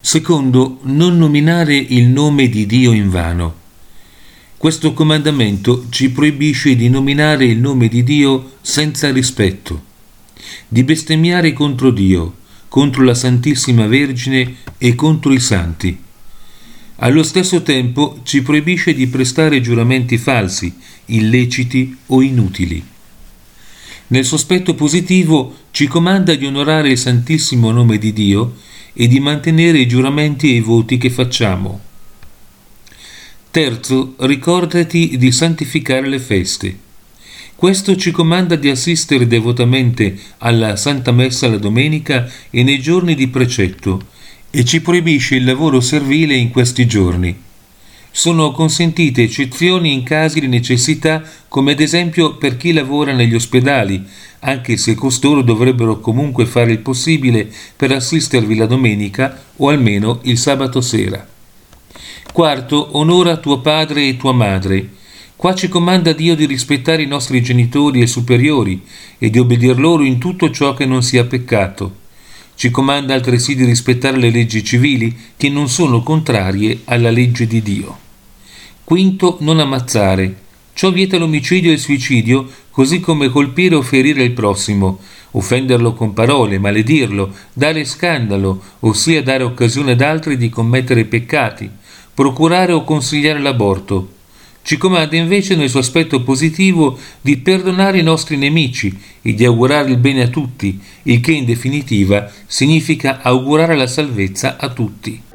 Secondo, non nominare il nome di Dio in vano. Questo comandamento ci proibisce di nominare il nome di Dio senza rispetto, di bestemmiare contro Dio, contro la Santissima Vergine e contro i santi. Allo stesso tempo ci proibisce di prestare giuramenti falsi, illeciti o inutili. Nel sospetto positivo ci comanda di onorare il Santissimo nome di Dio e di mantenere i giuramenti e i voti che facciamo. Terzo, ricordati di santificare le feste. Questo ci comanda di assistere devotamente alla Santa Messa la domenica e nei giorni di precetto e ci proibisce il lavoro servile in questi giorni. Sono consentite eccezioni in casi di necessità, come ad esempio per chi lavora negli ospedali, anche se costoro dovrebbero comunque fare il possibile per assistervi la domenica o almeno il sabato sera. Quarto, onora tuo padre e tua madre. Qua ci comanda Dio di rispettare i nostri genitori e superiori e di obbedir loro in tutto ciò che non sia peccato. Ci comanda altresì di rispettare le leggi civili che non sono contrarie alla legge di Dio. Quinto, non ammazzare. Ciò vieta l'omicidio e il suicidio, così come colpire o ferire il prossimo, offenderlo con parole, maledirlo, dare scandalo, ossia dare occasione ad altri di commettere peccati, procurare o consigliare l'aborto. Ci comanda invece nel suo aspetto positivo di perdonare i nostri nemici e di augurare il bene a tutti, il che in definitiva significa augurare la salvezza a tutti.